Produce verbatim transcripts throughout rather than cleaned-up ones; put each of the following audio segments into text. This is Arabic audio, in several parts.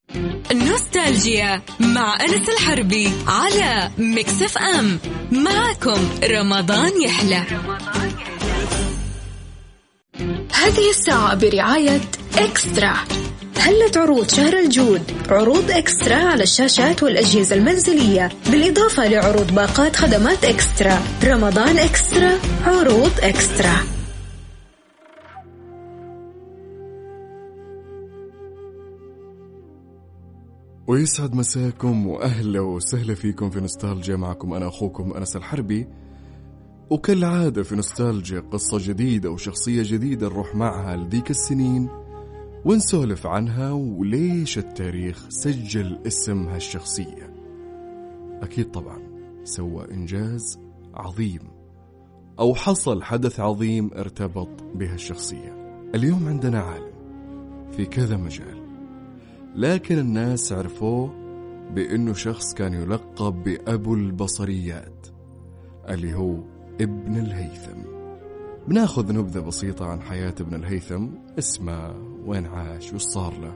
نوستالجيا مع أنس الحربي على ميكس اف ام. معكم رمضان يحلى. هذه الساعة برعاية إكسترا. هلت عروض شهر الجود، عروض إكسترا على الشاشات والأجهزة المنزلية، بالإضافة لعروض باقات خدمات إكسترا. رمضان إكسترا، عروض إكسترا. ويسعد مساكم وأهلا وسهلا فيكم في نوستالجيا. معكم أنا أخوكم أنس الحربي، وكالعادة في نوستالجيا قصة جديدة وشخصية جديدة نروح معها لديك السنين ونسولف عنها وليش التاريخ سجل اسم هالشخصية. أكيد طبعا سوى إنجاز عظيم أو حصل حدث عظيم ارتبط بهالشخصية. اليوم عندنا عالم في كذا مجال، لكن الناس عرفوه بأنه شخص كان يلقب بأبو البصريات، اللي هو ابن الهيثم. بناخذ نبذة بسيطة عن حياة ابن الهيثم، اسمه، وين عاش، وش صار له،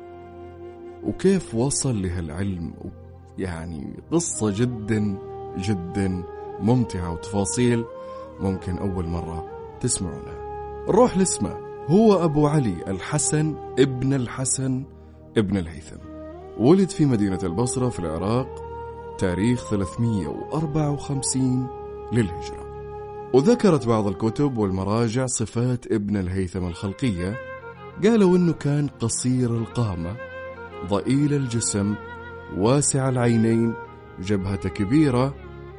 وكيف وصل لهالعلم. يعني قصة جدا جدا ممتعة وتفاصيل ممكن أول مرة تسمعونها. نروح لاسمه. هو أبو علي الحسن ابن الحسن ابن الهيثم. ولد في مدينة البصرة في العراق تاريخ ثلاثمئة وأربعة وخمسين للهجرة. وذكرت بعض الكتب والمراجع صفات ابن الهيثم الخلقية. قالوا إنه كان قصير القامة، ضئيل الجسم، واسع العينين، جبهة كبيرة،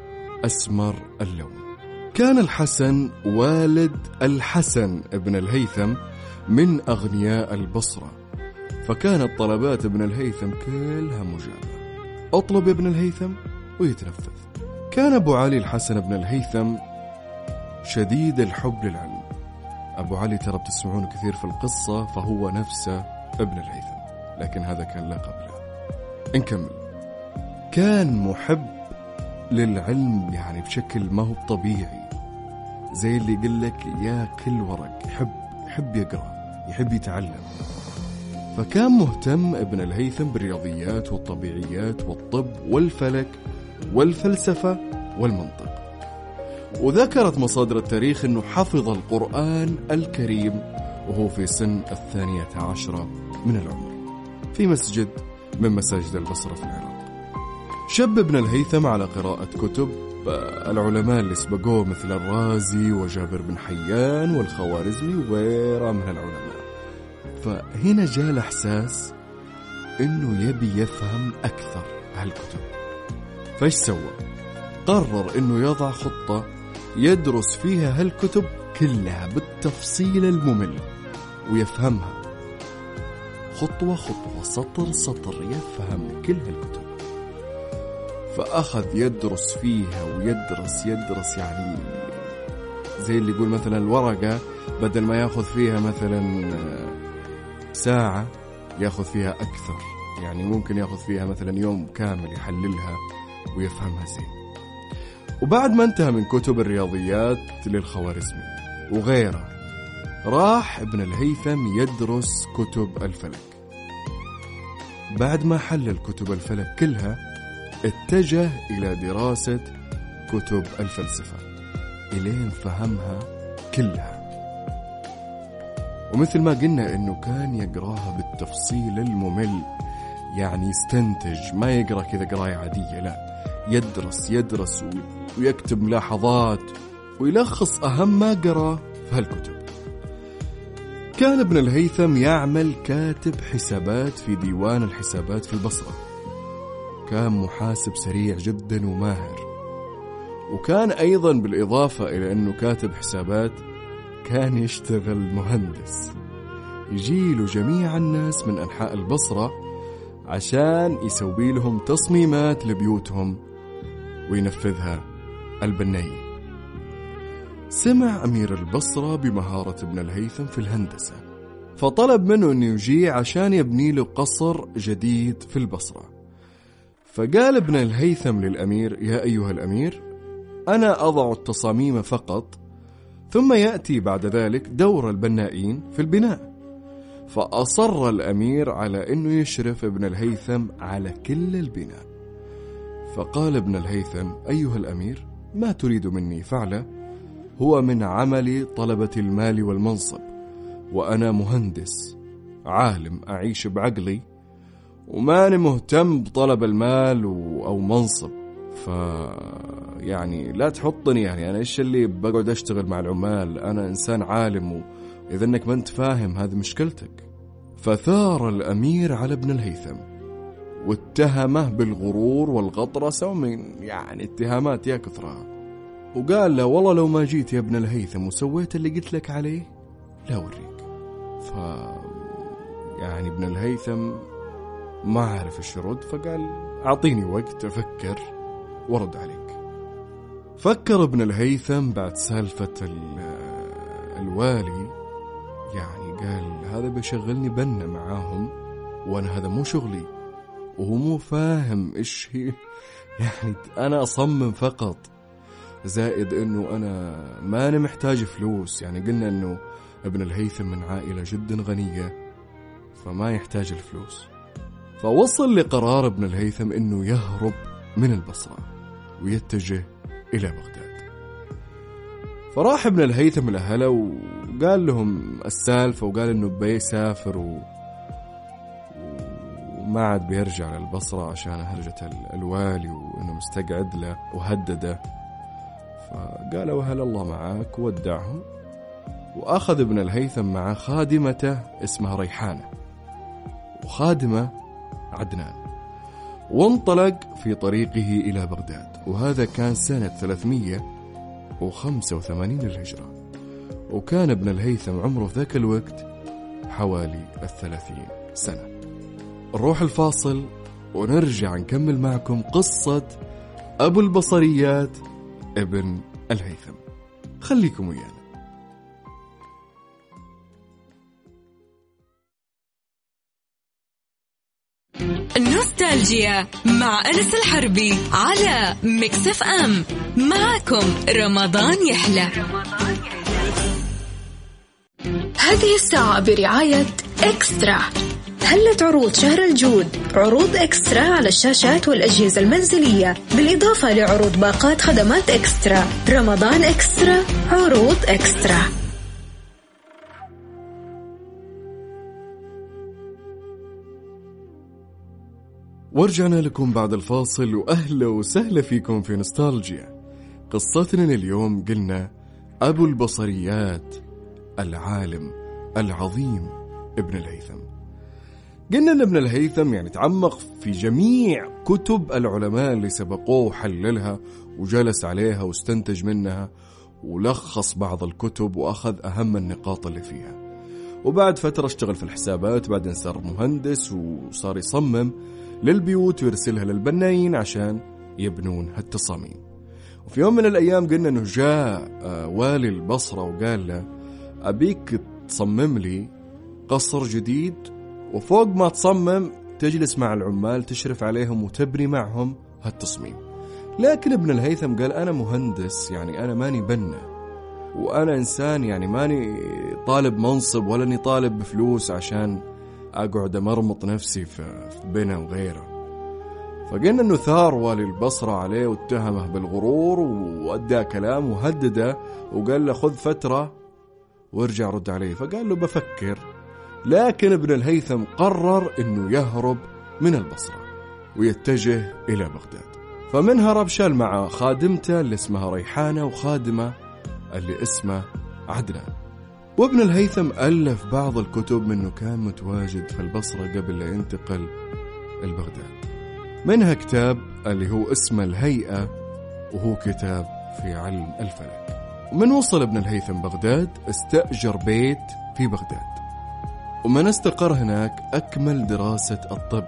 أسمر اللون. كان الحسن والد الحسن ابن الهيثم من أغنياء البصرة، فكانت طلبات ابن الهيثم كلها مجابة. أطلب ابن الهيثم ويتنفذ. كان أبو علي الحسن ابن الهيثم شديد الحب للعلم. أبو علي ترى بتسمعون كثير في القصة، فهو نفسه ابن الهيثم، لكن هذا كان لقب له. نكمل. كان محب للعلم يعني بشكل ما هو طبيعي، زي اللي يقول لك ياكل ورق، يحب يحب يقرأ، يحب يتعلم. فكان مهتم ابن الهيثم بالرياضيات والطبيعيات والطب والفلك والفلسفة والمنطق. وذكرت مصادر التاريخ أنه حفظ القرآن الكريم وهو في سن الثانية عشرة من العمر في مسجد من مساجد البصرة في العراق. شب ابن الهيثم على قراءة كتب العلماء اللي سبقوه مثل الرازي وجابر بن حيان والخوارزمي وغيرها من العلماء. فهنا جاء الإحساس إنه يبي يفهم أكثر هالكتب. فايش سوى؟ قرر إنه يضع خطة يدرس فيها هالكتب كلها بالتفصيل الممل ويفهمها خطوة خطوة، سطر سطر، يفهم كل هالكتب. فأخذ يدرس فيها ويدرس يدرس يعني زي اللي يقول مثلا الورقة بدل ما ياخذ فيها مثلا ساعة ياخذ فيها أكثر، يعني ممكن ياخذ فيها مثلا يوم كامل يحللها ويفهمها زين. وبعد ما انتهى من كتب الرياضيات للخوارزمي وغيره، راح ابن الهيثم يدرس كتب الفلك. بعد ما حلل كتب الفلك كلها، اتجه إلى دراسة كتب الفلسفة إلين فهمها كلها. ومثل ما قلنا إنه كان يقراها بالتفصيل الممل، يعني يستنتج، ما يقرأ كذا قراية عادية، لا، يدرس يدرس ويكتب ملاحظات ويلخص أهم ما قرأ في هالكتب. كان ابن الهيثم يعمل كاتب حسابات في ديوان الحسابات في البصرة. كان محاسب سريع جدا وماهر. وكان أيضا بالإضافة إلى أنه كاتب حسابات كان يشتغل مهندس، يجيله جميع الناس من أنحاء البصرة عشان يسوي لهم تصميمات لبيوتهم وينفذها البنائي. سمع أمير البصرة بمهارة ابن الهيثم في الهندسة، فطلب منه أن يجي عشان يبني له قصر جديد في البصرة. فقال ابن الهيثم للأمير: يا أيها الأمير، أنا أضع التصاميم فقط، ثم يأتي بعد ذلك دور البنائين في البناء. فأصر الأمير على أنه يشرف ابن الهيثم على كل البناء. فقال ابن الهيثم: أيها الأمير، ما تريد مني فعله هو من عمل طلبة المال والمنصب، وأنا مهندس عالم أعيش بعقلي وماني مهتم بطلب المال أو منصب، ف يعني لا تحطني، يعني أنا إيش اللي بقعد أشتغل مع العمال، أنا إنسان عالم، وإذا أنك ما أنت فاهم هذه مشكلتك. فثار الأمير على ابن الهيثم واتهمه بالغرور والغطرسة ومن يعني اتهامات يا كثرها، وقال له: والله لو ما جيت يا ابن الهيثم وسويت اللي قلت لك عليه لا أوريك. ف يعني ابن الهيثم ما عارف ايش يرد، فقال: أعطيني وقت أفكر ورد عليك. فكر ابن الهيثم بعد سالفة الوالي، يعني قال: هذا بيشغلني بنا معاهم وأنا هذا مو شغلي، وهو مو فاهم إيش هي، يعني أنا أصمم فقط، زائد أنه أنا ما أنا محتاج فلوس، يعني قلنا أنه ابن الهيثم من عائلة جدا غنية فما يحتاج الفلوس. فوصل لقرار ابن الهيثم أنه يهرب من البصرة ويتجه إلى بغداد. فراح ابن الهيثم لأهله وقال لهم السالفة، وقال أنه بيسافر و... وما عاد بيرجع للبصرة عشان هرجة الوالي وأنه مستقعد له، وهدده. فقالوا: هل الله معك، وودعهم. وأخذ ابن الهيثم مع خادمته اسمها ريحانة وخادمة عدنان، وانطلق في طريقه إلى بغداد. وهذا كان سنة ثلاثمية وخمسة وثمانين للهجرة، وكان ابن الهيثم عمره في ذاك الوقت حوالي الثلاثين سنة. نروح الفاصل ونرجع نكمل معكم قصة أبو البصريات ابن الهيثم. خليكم ويانا. نوستالجيا مع أنس الحربي على ميكس اف ام. معكم رمضان يحلى. هذه الساعة برعاية إكسترا. هلت عروض شهر الجود، عروض إكسترا على الشاشات والأجهزة المنزلية، بالإضافة لعروض باقات خدمات إكسترا. رمضان إكسترا، عروض إكسترا. ورجعنا لكم بعد الفاصل، وأهلا وسهلا فيكم في نوستالجيا. قصتنا اليوم قلنا أبو البصريات العالم العظيم ابن الهيثم. قلنا أن ابن الهيثم يعني تعمق في جميع كتب العلماء اللي سبقوه وحللها وجلس عليها واستنتج منها ولخص بعض الكتب وأخذ أهم النقاط اللي فيها. وبعد فترة اشتغل في الحسابات، بعدين صار مهندس وصار يصمم للبيوت ويرسلها للبنايين عشان يبنون هالتصاميم. وفي يوم من الأيام قلنا أنه جاء والي البصرة وقال له: أبيك تصمم لي قصر جديد، وفوق ما تصمم تجلس مع العمال تشرف عليهم وتبني معهم هالتصميم. لكن ابن الهيثم قال: أنا مهندس، يعني أنا ماني بنا، وأنا إنسان يعني ماني طالب منصب ولا ني طالب بفلوس عشان أقعد أمرمط نفسي في بنا وغيره. فقلنا أنه ثار والي البصرة عليه واتهمه بالغرور وأدى كلام وهدده وقال له: خذ فترة وارجع رد عليه. فقال له: بفكر. لكن ابن الهيثم قرر أنه يهرب من البصرة ويتجه إلى بغداد. فمن هرب شال مع خادمته اللي اسمها ريحانة وخادمة اللي اسمه عدنان. وابن الهيثم ألف بعض الكتب منه كان متواجد في البصرة قبل لا ينتقل البغداد، منها كتاب اللي هو اسمه الهيئة، وهو كتاب في علم الفلك. ومن وصل ابن الهيثم بغداد استأجر بيت في بغداد، ومن استقر هناك أكمل دراسة الطب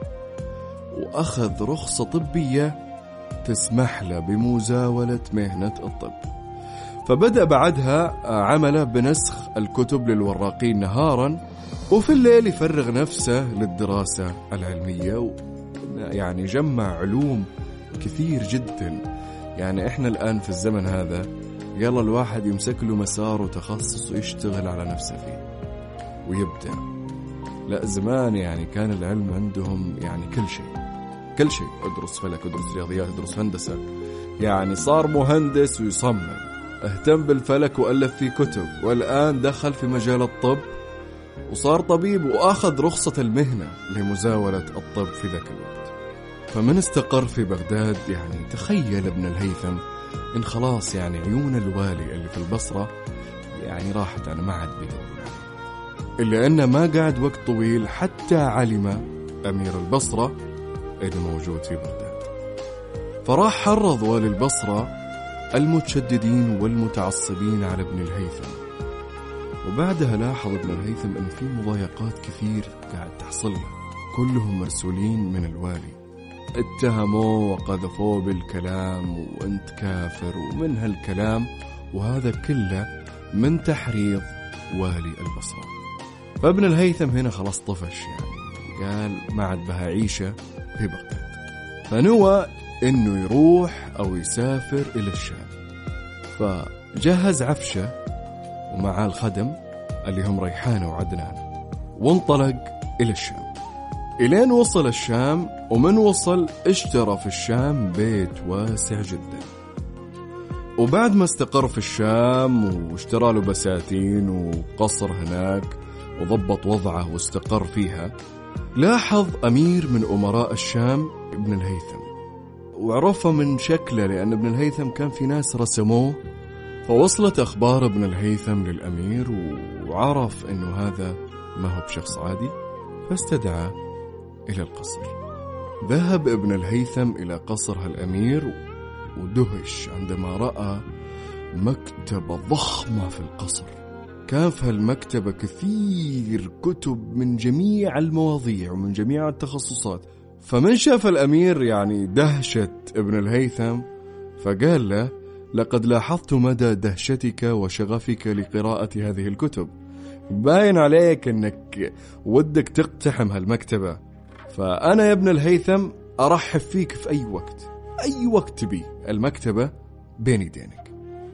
وأخذ رخصة طبية تسمح له بمزاولة مهنة الطب. فبدأ بعدها عمله بنسخ الكتب للوراقين نهارا، وفي الليل يفرغ نفسه للدراسة العلمية، يعني جمع علوم كثير جدا. يعني احنا الآن في الزمن هذا يلا الواحد يمسك له مسار وتخصص ويشتغل على نفسه فيه ويبدأ. لا زمان يعني كان العلم عندهم يعني كل شيء كل شيء، ادرس فلك، ادرس رياضيات، ادرس هندسة، يعني صار مهندس ويصمم، اهتم بالفلك وألف فيه كتب، والآن دخل في مجال الطب وصار طبيب وأخذ رخصة المهنة لمزاولة الطب في ذاك الوقت. فمن استقر في بغداد يعني تخيل ابن الهيثم إن خلاص يعني عيون الوالي اللي في البصرة يعني راحت، أنا ما عاد بيدورون عليه، إلا أنه ما قعد وقت طويل حتى علم أمير البصرة اللي موجود في بغداد، فراح حرض والي البصرة المتشددين والمتعصبين على ابن الهيثم. وبعدها لاحظ ابن الهيثم أن في مضايقات كثير قاعد تحصل له، كلهم مرسولين من الوالي، اتهموه وقذفوه بالكلام وانت كافر ومن هالكلام، وهذا كله من تحريض والي البصرة. فابن الهيثم هنا خلاص طفش، يعني قال ما عاد بها عيشة في بغداد، فنوى انه يروح او يسافر الى الشام. فجهز عفشة ومعاه الخدم اللي هم ريحانة وعدنان، وانطلق الى الشام. الين وصل الشام، ومن وصل اشترى في الشام بيت واسع جدا. وبعد ما استقر في الشام واشترى له بساتين وقصر هناك وضبط وضعه واستقر فيها، لاحظ أمير من أمراء الشام ابن الهيثم، وعرفه من شكله لأن ابن الهيثم كان في ناس رسموه. فوصلت أخبار ابن الهيثم للأمير وعرف أنه هذا ما هو بشخص عادي، فاستدعى إلى القصر. ذهب ابن الهيثم إلى قصر هالأمير ودهش عندما رأى مكتبة ضخمة في القصر. كان في هالمكتبة كثير كتب من جميع المواضيع ومن جميع التخصصات. فمن شاف الأمير يعني دهشة ابن الهيثم، فقال له: لقد لاحظت مدى دهشتك وشغفك لقراءة هذه الكتب، باين عليك أنك ودك تقتحم هالمكتبة، فأنا يا ابن الهيثم أرحب فيك في أي وقت، أي وقت تبي، المكتبة بين يدينك،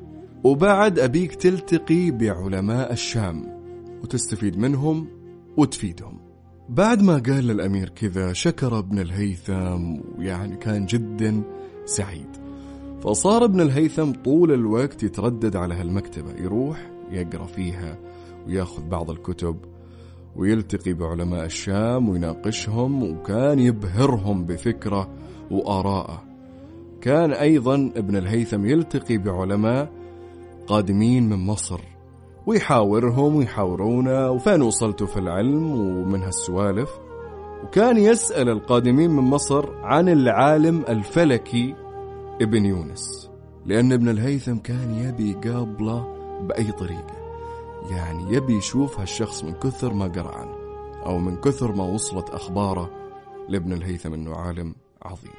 وبعد أبيك تلتقي بعلماء الشام وتستفيد منهم وتفيدهم. بعد ما قال للأمير كذا شكر ابن الهيثم ويعني كان جدا سعيد. فصار ابن الهيثم طول الوقت يتردد على هالمكتبة، يروح يقرأ فيها ويأخذ بعض الكتب ويلتقي بعلماء الشام ويناقشهم، وكان يبهرهم بفكرة وآراءه. كان أيضا ابن الهيثم يلتقي بعلماء قادمين من مصر ويحاورهم ويحاورونه وفين وصلتوا في العلم ومن هالسوالف. وكان يسأل القادمين من مصر عن العالم الفلكي ابن يونس، لأن ابن الهيثم كان يبي قابله بأي طريقة، يعني يبي يشوف هالشخص من كثر ما قرأ عنه أو من كثر ما وصلت أخباره لابن الهيثم أنه عالم عظيم.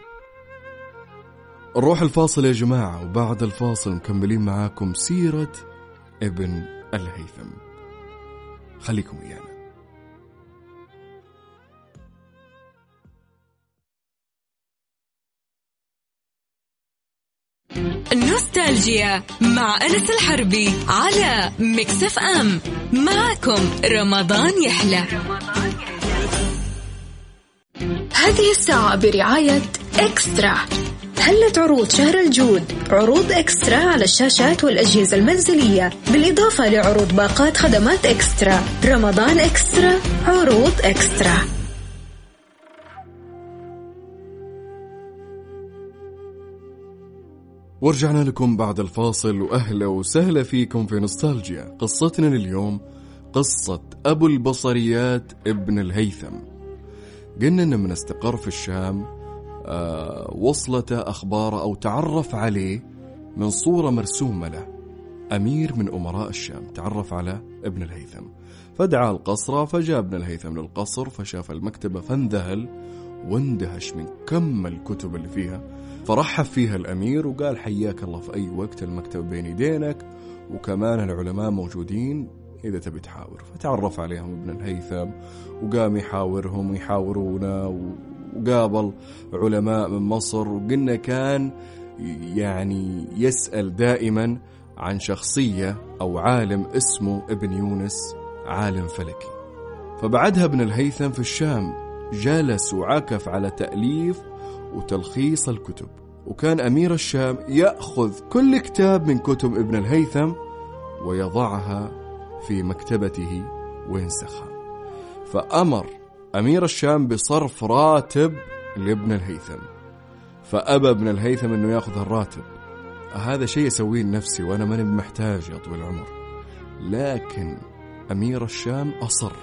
نروح الفاصل يا جماعة، وبعد الفاصل مكملين معاكم سيرة ابن الهيثم، خليكم ويانا. نوستالجيا مع أنس الحربي على ميكس اف ام. معكم رمضان يحلى. هذه الساعة برعاية إكسترا. هلت عروض شهر الجود، عروض إكسترا على الشاشات والأجهزة المنزلية، بالإضافة لعروض باقات خدمات إكسترا. رمضان إكسترا، عروض إكسترا. ورجعنا لكم بعد الفاصل، وأهلا وسهلا فيكم في نوستالجيا. قصتنا لليوم قصة أبو البصريات ابن الهيثم. قلنا أنه من استقر في الشام آه وصلت أخبار أو تعرف عليه من صورة مرسومة له أمير من أمراء الشام، تعرف على ابن الهيثم فدعا القصر. فجاء ابن الهيثم للقصر فشاف المكتبة فانذهل واندهش من كم الكتب اللي فيها، فرحب فيها الأمير وقال: حياك الله في أي وقت، المكتب بين يدينك وكمان العلماء موجودين إذا تبي تحاور. فتعرف عليهم ابن الهيثم وقام يحاورهم ويحاورونه، وقابل علماء من مصر. وقلنا كان يعني يسأل دائما عن شخصية أو عالم اسمه ابن يونس، عالم فلكي. فبعدها ابن الهيثم في الشام جلس وعكف على تأليف وتلخيص الكتب، وكان أمير الشام يأخذ كل كتاب من كتب ابن الهيثم ويضعها في مكتبته وينسخها. فأمر أمير الشام بصرف راتب لابن الهيثم، فأبى ابن الهيثم أنه يأخذ الراتب. هذا شيء يسويه لنفسي وأنا ماني محتاج يا طويل العمر، لكن أمير الشام أصر،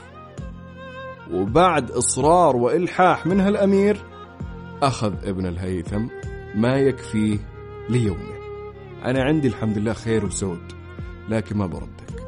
وبعد إصرار وإلحاح من هالأمير أخذ ابن الهيثم ما يكفيه ليومه. أنا عندي الحمد لله خير وزود، لكن ما بردك.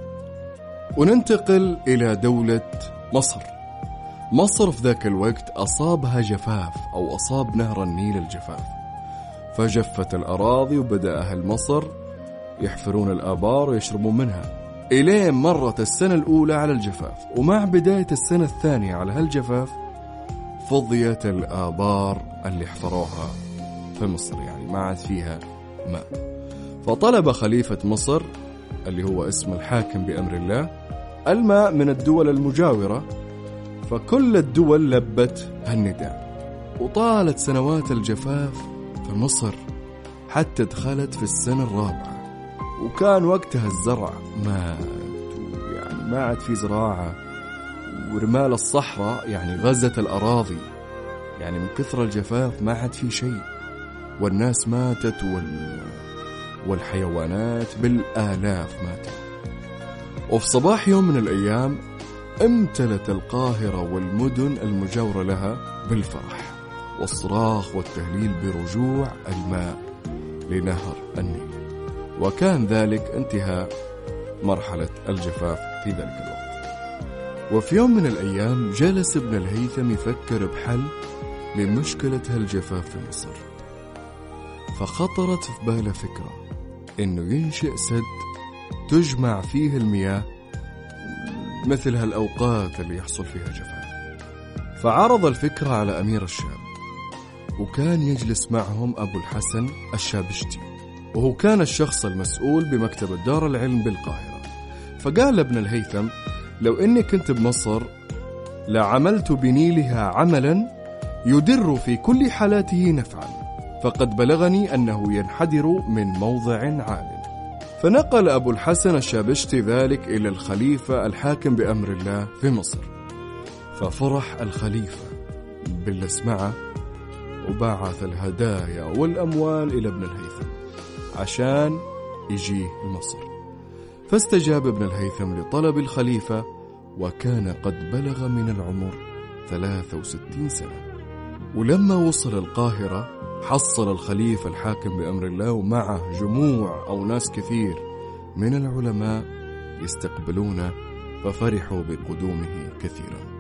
وننتقل إلى دولة مصر. مصر في ذاك الوقت أصابها جفاف، أو أصاب نهر النيل الجفاف، فجفت الأراضي وبدأ أهل مصر يحفرون الآبار ويشربون منها، إلين مرت السنة الأولى على الجفاف، ومع بداية السنة الثانية على هالجفاف فضيت الآبار اللي حفروها في مصر، يعني ما عاد فيها ماء. فطلب خليفة مصر اللي هو اسم الحاكم بأمر الله الماء من الدول المجاورة، فكل الدول لبت هالنداء، وطالت سنوات الجفاف في مصر حتى دخلت في السنة الرابعة، وكان وقتها الزرع مات، يعني ما عاد في زراعة، ورمال الصحراء يعني غزت الأراضي، يعني من كثر الجفاف ما عاد في شيء، والناس ماتت وال... والحيوانات بالآلاف ماتت. وفي صباح يوم من الأيام امتلت القاهرة والمدن المجاورة لها بالفرح والصراخ والتهليل برجوع الماء لنهر النيل، وكان ذلك انتهاء مرحلة الجفاف في ذلك الوقت. وفي يوم من الأيام جلس ابن الهيثم يفكر بحل لمشكلة هالجفاف في مصر، فخطرت في باله فكرة إنه ينشئ سد تجمع فيه المياه مثل هالأوقات اللي يحصل فيها جفاف. فعرض الفكرة على أمير الشام، وكان يجلس معهم أبو الحسن الشابشتي، وهو كان الشخص المسؤول بمكتبة دار العلم بالقاهرة. فقال ابن الهيثم: لو إني كنت بمصر لعملت بنيلها عملا يدر في كل حالاته نفعا، فقد بلغني أنه ينحدر من موضع عال. فنقل أبو الحسن الشابشتي ذلك إلى الخليفة الحاكم بأمر الله في مصر، ففرح الخليفة باللي سمعه، وبعث الهدايا والأموال إلى ابن الهيثم عشان يجيه لمصر. فاستجاب ابن الهيثم لطلب الخليفة، وكان قد بلغ من العمر ثلاثة وستين سنة. ولما وصل القاهرة حصل الخليفة الحاكم بأمر الله ومعه جموع أو ناس كثير من العلماء يستقبلونه، ففرحوا بقدومه كثيرا.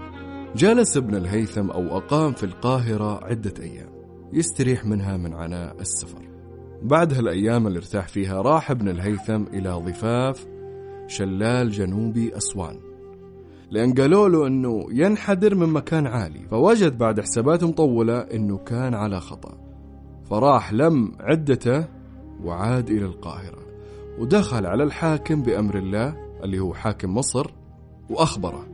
جلس ابن الهيثم أو أقام في القاهرة عدة أيام يستريح منها من عناء السفر. بعد هالأيام اللي ارتاح فيها راح ابن الهيثم إلى ضفاف شلال جنوبي أسوان، لأن قالوا له أنه ينحدر من مكان عالي، فوجد بعد حسابات مطولة أنه كان على خطأ، فراح لم عدته وعاد إلى القاهرة، ودخل على الحاكم بأمر الله اللي هو حاكم مصر، وأخبره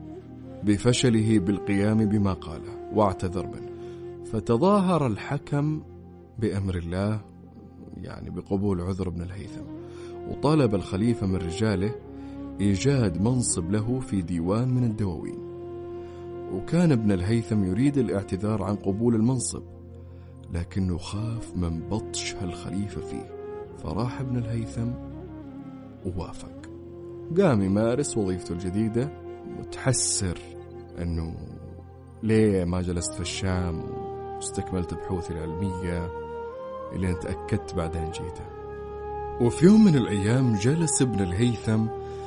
بفشله بالقيام بما قاله واعتذر منه. فتظاهر الحكم بأمر الله يعني بقبول عذر ابن الهيثم، وطالب الخليفة من رجاله إيجاد منصب له في ديوان من الدواوين. وكان ابن الهيثم يريد الاعتذار عن قبول المنصب، لكنه خاف من بطش هالخليفة فيه، فراح ابن الهيثم ووافق. قام يمارس وظيفته الجديدة متحسر أنه ليه ما جلست في الشام واستكملت بحوثي العلمية اللي أنت تأكدت بعدين جيته. وفي يوم من الأيام جلس ابن الهيثم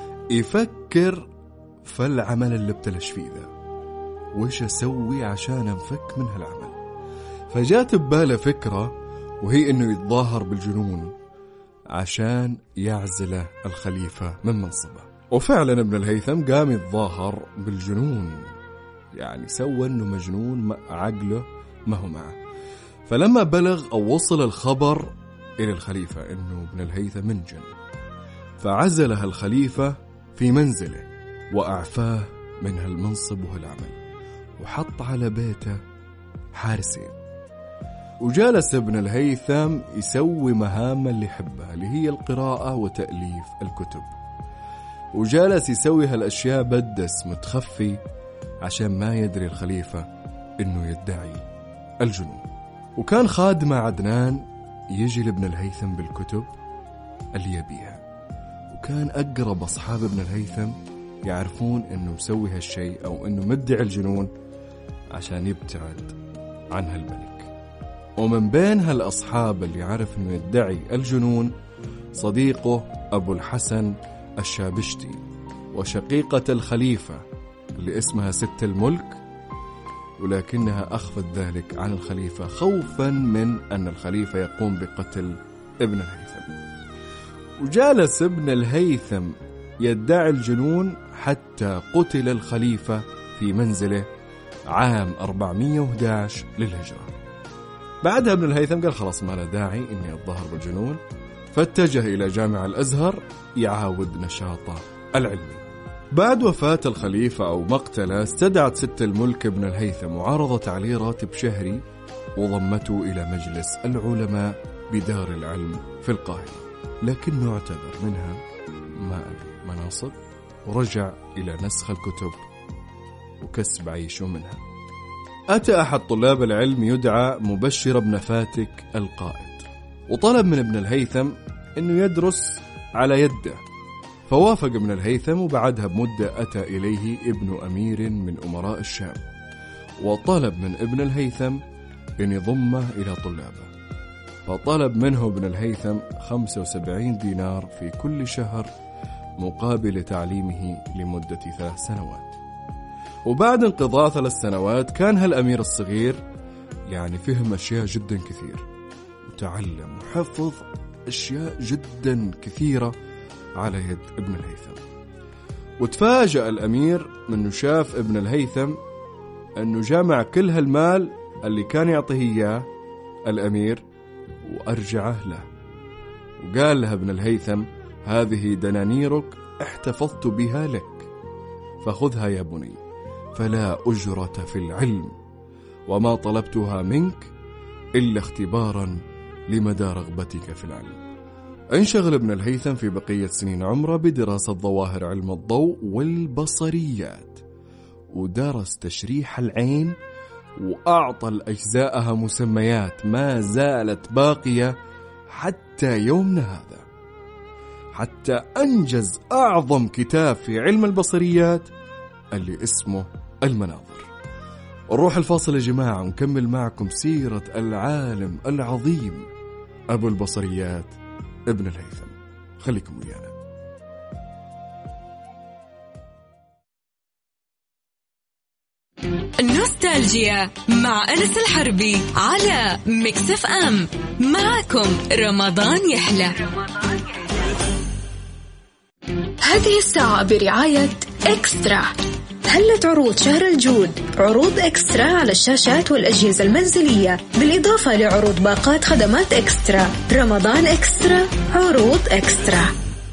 يفكر في العمل اللي ابتلش فيه ذا، وش أسوي عشان أنفك من هالعمل. فجات بباله فكرة، وهي أنه يتظاهر بالجنون عشان يعزله الخليفة من منصبه. وفعلا ابن الهيثم قام يتظاهر بالجنون، يعني سوى أنه مجنون، عقله ما هو معه. فلما بلغ أو وصل الخبر إلى الخليفة أنه ابن الهيثم منجن، فعزله الخليفة في منزله وأعفاه من هالمنصب وهالعمل، وحط على بيته حارسين، وجالس ابن الهيثم يسوي مهام اللي يحبها اللي هي القراءة وتأليف الكتب، وجالس يسوي هالأشياء بدس متخفي عشان ما يدري الخليفة إنه يدعي الجنون. وكان خادمه عدنان يجي لابن الهيثم بالكتب اللي يبيها، وكان أقرب أصحاب ابن الهيثم يعرفون إنه مسوي هالشيء أو إنه مدعي الجنون عشان يبتعد عن هالملك. ومن بين هالأصحاب اللي عرف إنه يدعي الجنون صديقه أبو الحسن الشابشتي، وشقيقة الخليفة اللي اسمها ست الملك، ولكنها أخفت ذلك عن الخليفة خوفا من أن الخليفة يقوم بقتل ابن الهيثم. وجالس ابن الهيثم يدعي الجنون حتى قتل الخليفة في منزله عام أربعمائة وأحد عشر للهجرة. بعدها ابن الهيثم قال خلاص ما له داعي إني أتظاهر بالجنون، فاتجه إلى جامع الأزهر يعاود نشاطه العلمي. بعد وفاة الخليفة أو مقتله استدعت ست الملك ابن الهيثم وعرضت عليه راتب شهري وضمته إلى مجلس العلماء بدار العلم في القاهرة، لكنه اعتذر منها ما أبي مناصب ورجع إلى نسخ الكتب وكسب عيشه منها. أتى أحد طلاب العلم يدعى مبشر بن فاتك القائد، وطلب من ابن الهيثم أنه يدرس على يده، فوافق ابن الهيثم. وبعدها بمدة أتى إليه ابن أمير من أمراء الشام وطلب من ابن الهيثم أن يضمه إلى طلابه، فطلب منه ابن الهيثم خمسة وسبعين دينار في كل شهر مقابل تعليمه لمدة ثلاث سنوات. وبعد انقضاء ثلاث سنوات كان هالأمير الصغير يعني فهم أشياء جدا كثير وتعلم وحفظ أشياء جدا كثيرة على يد ابن الهيثم. وتفاجأ الأمير منه شاف ابن الهيثم أنه جمع كل هالمال اللي كان يعطيه إياه الأمير وأرجعه له، وقال له ابن الهيثم هذه دنانيرك احتفظت بها لك فخذها يا بني، فلا أجرة في العلم، وما طلبتها منك إلا اختبارا لمدى رغبتك في العلم. انشغل ابن الهيثم في بقية سنين عمره بدراسة ظواهر علم الضوء والبصريات، ودرس تشريح العين وأعطى الأجزاءها مسميات ما زالت باقية حتى يومنا هذا، حتى أنجز أعظم كتاب في علم البصريات اللي اسمه المناظر. نروح الفاصل يا جماعة ونكمل معكم سيرة العالم العظيم أبو البصريات ابن الهيثم. خليكم ويانا. نوستالجيا مع أنس الحربي على ميكس اف ام. معكم رمضان يحلى. هذه الساعة برعاية إكسترا. هلت عروض شهر الجود، عروض إكسترا على الشاشات والأجهزة المنزلية، بالإضافة لعروض باقات خدمات إكسترا. رمضان إكسترا، عروض إكسترا.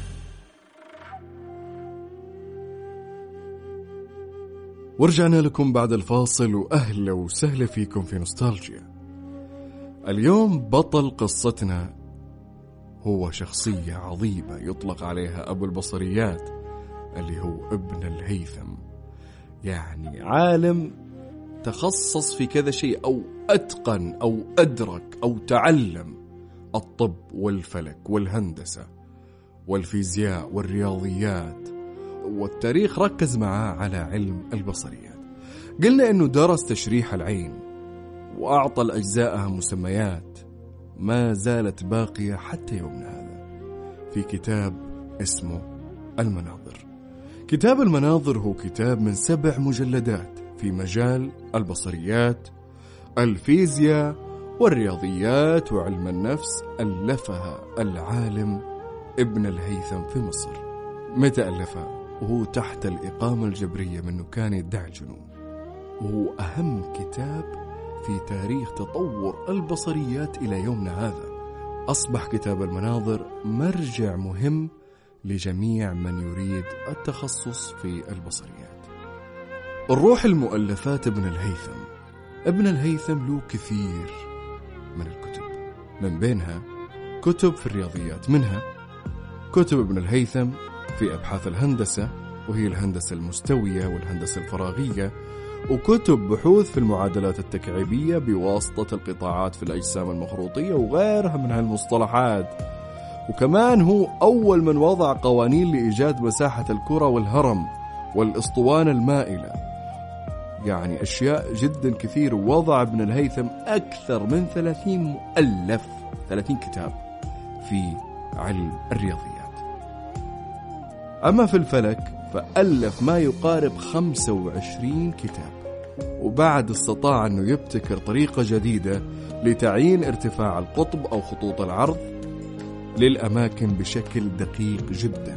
ورجعنا لكم بعد الفاصل، وأهلا وسهلا فيكم في نوستالجيا. اليوم بطل قصتنا هو شخصية عظيمة يطلق عليها أبو البصريات اللي هو ابن الهيثم، يعني عالم تخصص في كذا شيء أو أتقن أو أدرك أو تعلم الطب والفلك والهندسة والفيزياء والرياضيات والتاريخ، ركز معاه على علم البصريات. قلنا أنه درس تشريح العين وأعطى الأجزاءها مسميات ما زالت باقية حتى يومنا هذا في كتاب اسمه المناظر. كتاب المناظر هو كتاب من سبع مجلدات في مجال البصريات، الفيزياء والرياضيات وعلم النفس، ألفها العالم ابن الهيثم في مصر. متى ألفها؟ وهو تحت الإقامة الجبرية منه كان يدعي الجنون، وهو أهم كتاب في تاريخ تطور البصريات إلى يومنا هذا. أصبح كتاب المناظر مرجع مهم لجميع من يريد التخصص في البصريات. نروح المؤلفات ابن الهيثم. ابن الهيثم له كثير من الكتب، من بينها كتب في الرياضيات، منها كتب ابن الهيثم في أبحاث الهندسة وهي الهندسة المستوية والهندسة الفراغية، وكتب بحوث في المعادلات التكعيبية بواسطة القطاعات في الأجسام المخروطية وغيرها من هالمصطلحات. وكمان هو أول من وضع قوانين لإيجاد مساحة الكرة والهرم والأسطوانة المائلة، يعني أشياء جدا كثير. ووضع ابن الهيثم أكثر من ثلاثين مؤلف، ثلاثين كتاب في علم الرياضيات. أما في الفلك فألف ما يقارب خمسة وعشرين كتاب، وبعد استطاع أنه يبتكر طريقة جديدة لتعيين ارتفاع القطب أو خطوط العرض للأماكن بشكل دقيق جدا.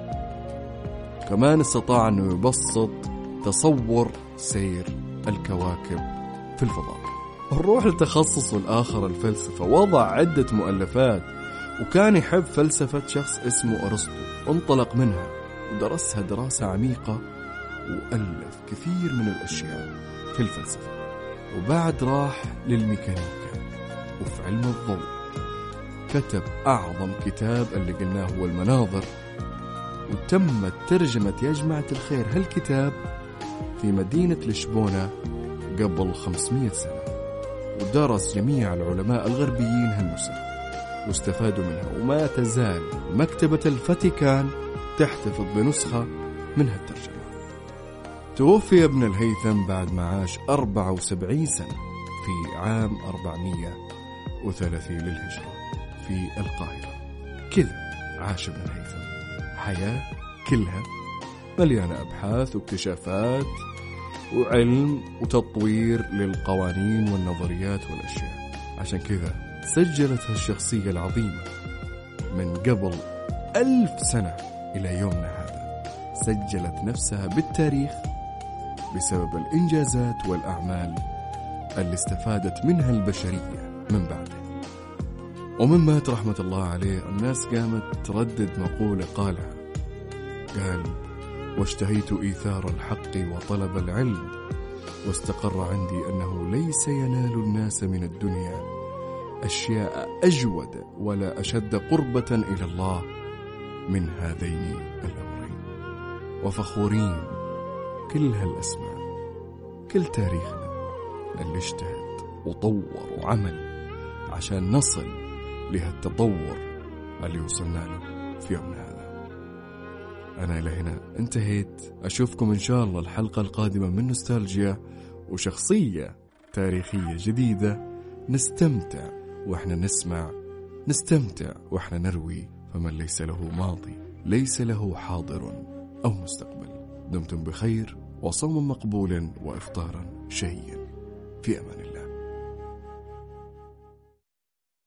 كمان استطاع أنه يبسط تصور سير الكواكب في الفضاء. نروح لتخصصه الآخر الفلسفة. وضع عدة مؤلفات، وكان يحب فلسفة شخص اسمه أرسطو، انطلق منها ودرسها دراسة عميقة، وألف كثير من الأشياء في الفلسفة. وبعد راح للميكانيكا وفي علم الضوء، كتب أعظم كتاب اللي قلناه هو المناظر، وتمت ترجمة يا جماعة الخير هالكتاب في مدينة لشبونة قبل خمسمائة سنة، ودرس جميع العلماء الغربيين هالنسخ واستفادوا منها، وما تزال مكتبة الفاتيكان تحتفظ بنسخة من هالترجمة. توفي ابن الهيثم بعد ما عاش أربعة وسبعين سنة في عام أربعمائة وثلاثين للهجرة في القاهرة. كذا عاش ابن الهيثم حياة كلها مليانة أبحاث واكتشافات وعلم وتطوير للقوانين والنظريات والأشياء. عشان كذا سجلت هالشخصية العظيمة من قبل ألف سنة إلى يومنا هذا، سجلت نفسها بالتاريخ بسبب الإنجازات والأعمال اللي استفادت منها البشرية من بعده. ومن مات رحمة الله عليه الناس قامت تردد مقولة قالها، قال: واشتهيت إيثار الحق وطلب العلم، واستقر عندي أنه ليس ينال الناس من الدنيا أشياء أجود ولا أشد قربة إلى الله من هذين الأمرين. وفخورين كل هالأسماء، كل تاريخنا اللي اجتهد وطور وعمل عشان نصل لهالتطور اللي وصلنا له في يومنا هذا. أنا إلى هنا انتهيت، أشوفكم إن شاء الله الحلقة القادمة من نوستالجيا وشخصية تاريخية جديدة، نستمتع وإحنا نسمع، نستمتع وإحنا نروي. فمن ليس له ماضي ليس له حاضر أو مستقبل. دمتم بخير وصوم مقبول وإفطارا شهيا، في أمان.